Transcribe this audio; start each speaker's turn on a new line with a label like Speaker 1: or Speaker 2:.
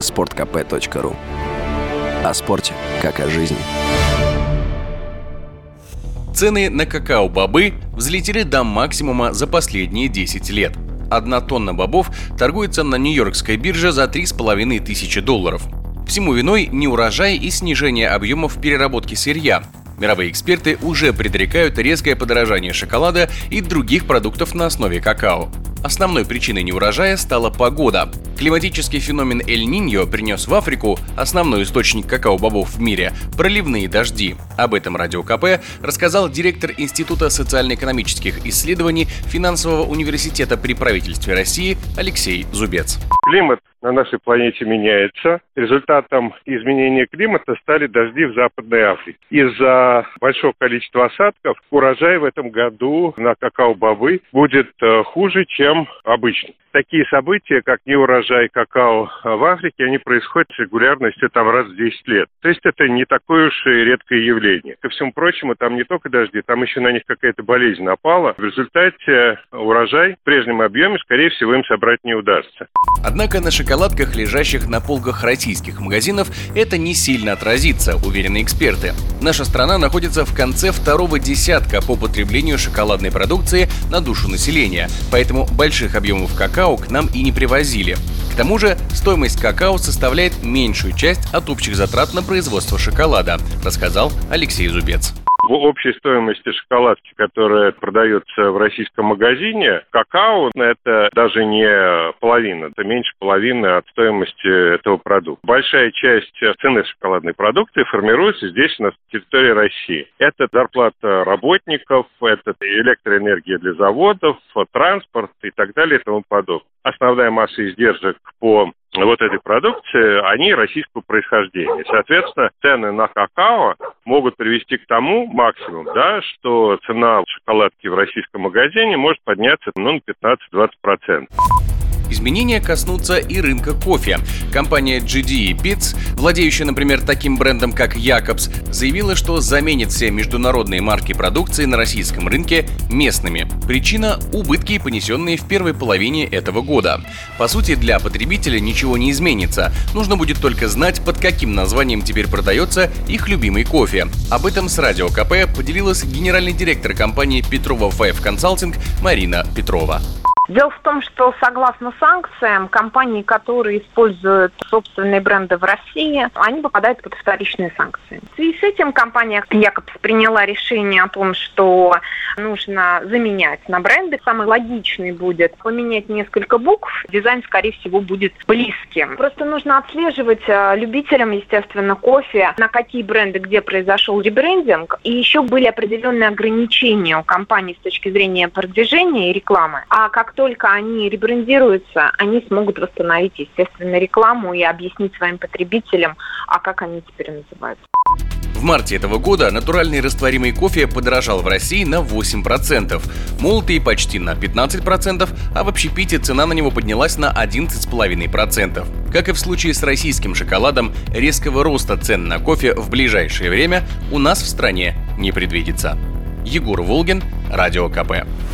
Speaker 1: sportkp.ru. О спорте, как о жизни.
Speaker 2: Цены на какао-бобы взлетели до максимума за последние 10 лет. 1 тонна бобов торгуется на Нью-Йоркской бирже за $3500. Всему виной неурожай и снижение объемов переработки сырья. Мировые эксперты уже предрекают резкое подорожание шоколада и других продуктов на основе какао. Основной причиной неурожая стала погода. Климатический феномен Эль-Ниньо принес в Африку, основной источник какао-бобов в мире, проливные дожди. Об этом Радио КП рассказал директор Института социально-экономических исследований Финансового университета при правительстве России Алексей Зубец.
Speaker 3: Климат на нашей планете меняется. Результатом изменения климата стали дожди в Западной Африке. Из-за большого количества осадков урожай в этом году на какао-бобы будет хуже, чем обычно. Такие события, как неурожай какао в Африке, они происходят с регулярностью раз в 10 лет. То есть это не такое уж и редкое явление. Ко всему прочему, там не только дожди, там еще на них какая-то болезнь напала. В результате урожай в прежнем объеме, скорее всего, им собрать не удастся.
Speaker 2: Однако на шоколадках, лежащих на полках российских магазинов, это не сильно отразится, уверены эксперты. Наша страна находится в конце второго десятка по потреблению шоколадной продукции на душу населения, поэтому больших объемов какао к нам и не привозили. К тому же стоимость какао составляет меньшую часть от общих затрат на производство шоколада, рассказал Алексей Зубец.
Speaker 3: В общей стоимости шоколадки, которая продается в российском магазине, какао – это даже не половина, это меньше половины от стоимости этого продукта. Большая часть цены шоколадной продукции формируется здесь, на территории России. Это зарплата работников, это электроэнергия для заводов, транспорт и так далее и тому подобное. Основная масса издержек по этой продукции, они российского происхождения. Соответственно, цены на какао могут привести к тому максимум, что цена шоколадки в российском магазине может подняться на 15-20%.
Speaker 2: Изменения коснутся и рынка кофе. Компания GDE Peet's, владеющая, например, таким брендом, как Якобс, заявила, что заменит все международные марки продукции на российском рынке местными. Причина – убытки, понесенные в первой половине этого года. По сути, для потребителя ничего не изменится. Нужно будет только знать, под каким названием теперь продается их любимый кофе. Об этом с Радио КП поделилась генеральный директор компании Petrova Five Consulting Марина Петрова.
Speaker 4: Дело в том, что согласно санкциям, компании, которые используют собственные бренды в России, они попадают под вторичные санкции. В связи с этим компания Якобс приняла решение о том, что нужно заменять на бренды. Самый логичный будет поменять несколько букв. Дизайн, скорее всего, будет близким. Просто нужно отслеживать любителям, естественно, кофе, на какие бренды, где произошел ребрендинг. И еще были определенные ограничения у компаний с точки зрения продвижения и рекламы. А как только они ребрендируются, они смогут восстановить, естественно, рекламу и объяснить своим потребителям, как они теперь называются.
Speaker 2: В марте этого года натуральный растворимый кофе подорожал в России на 8%, молотый почти на 15%, а в общепите цена на него поднялась на 11,5%. Как и в случае с российским шоколадом, резкого роста цен на кофе в ближайшее время у нас в стране не предвидится. Егор Волгин, Радио КП.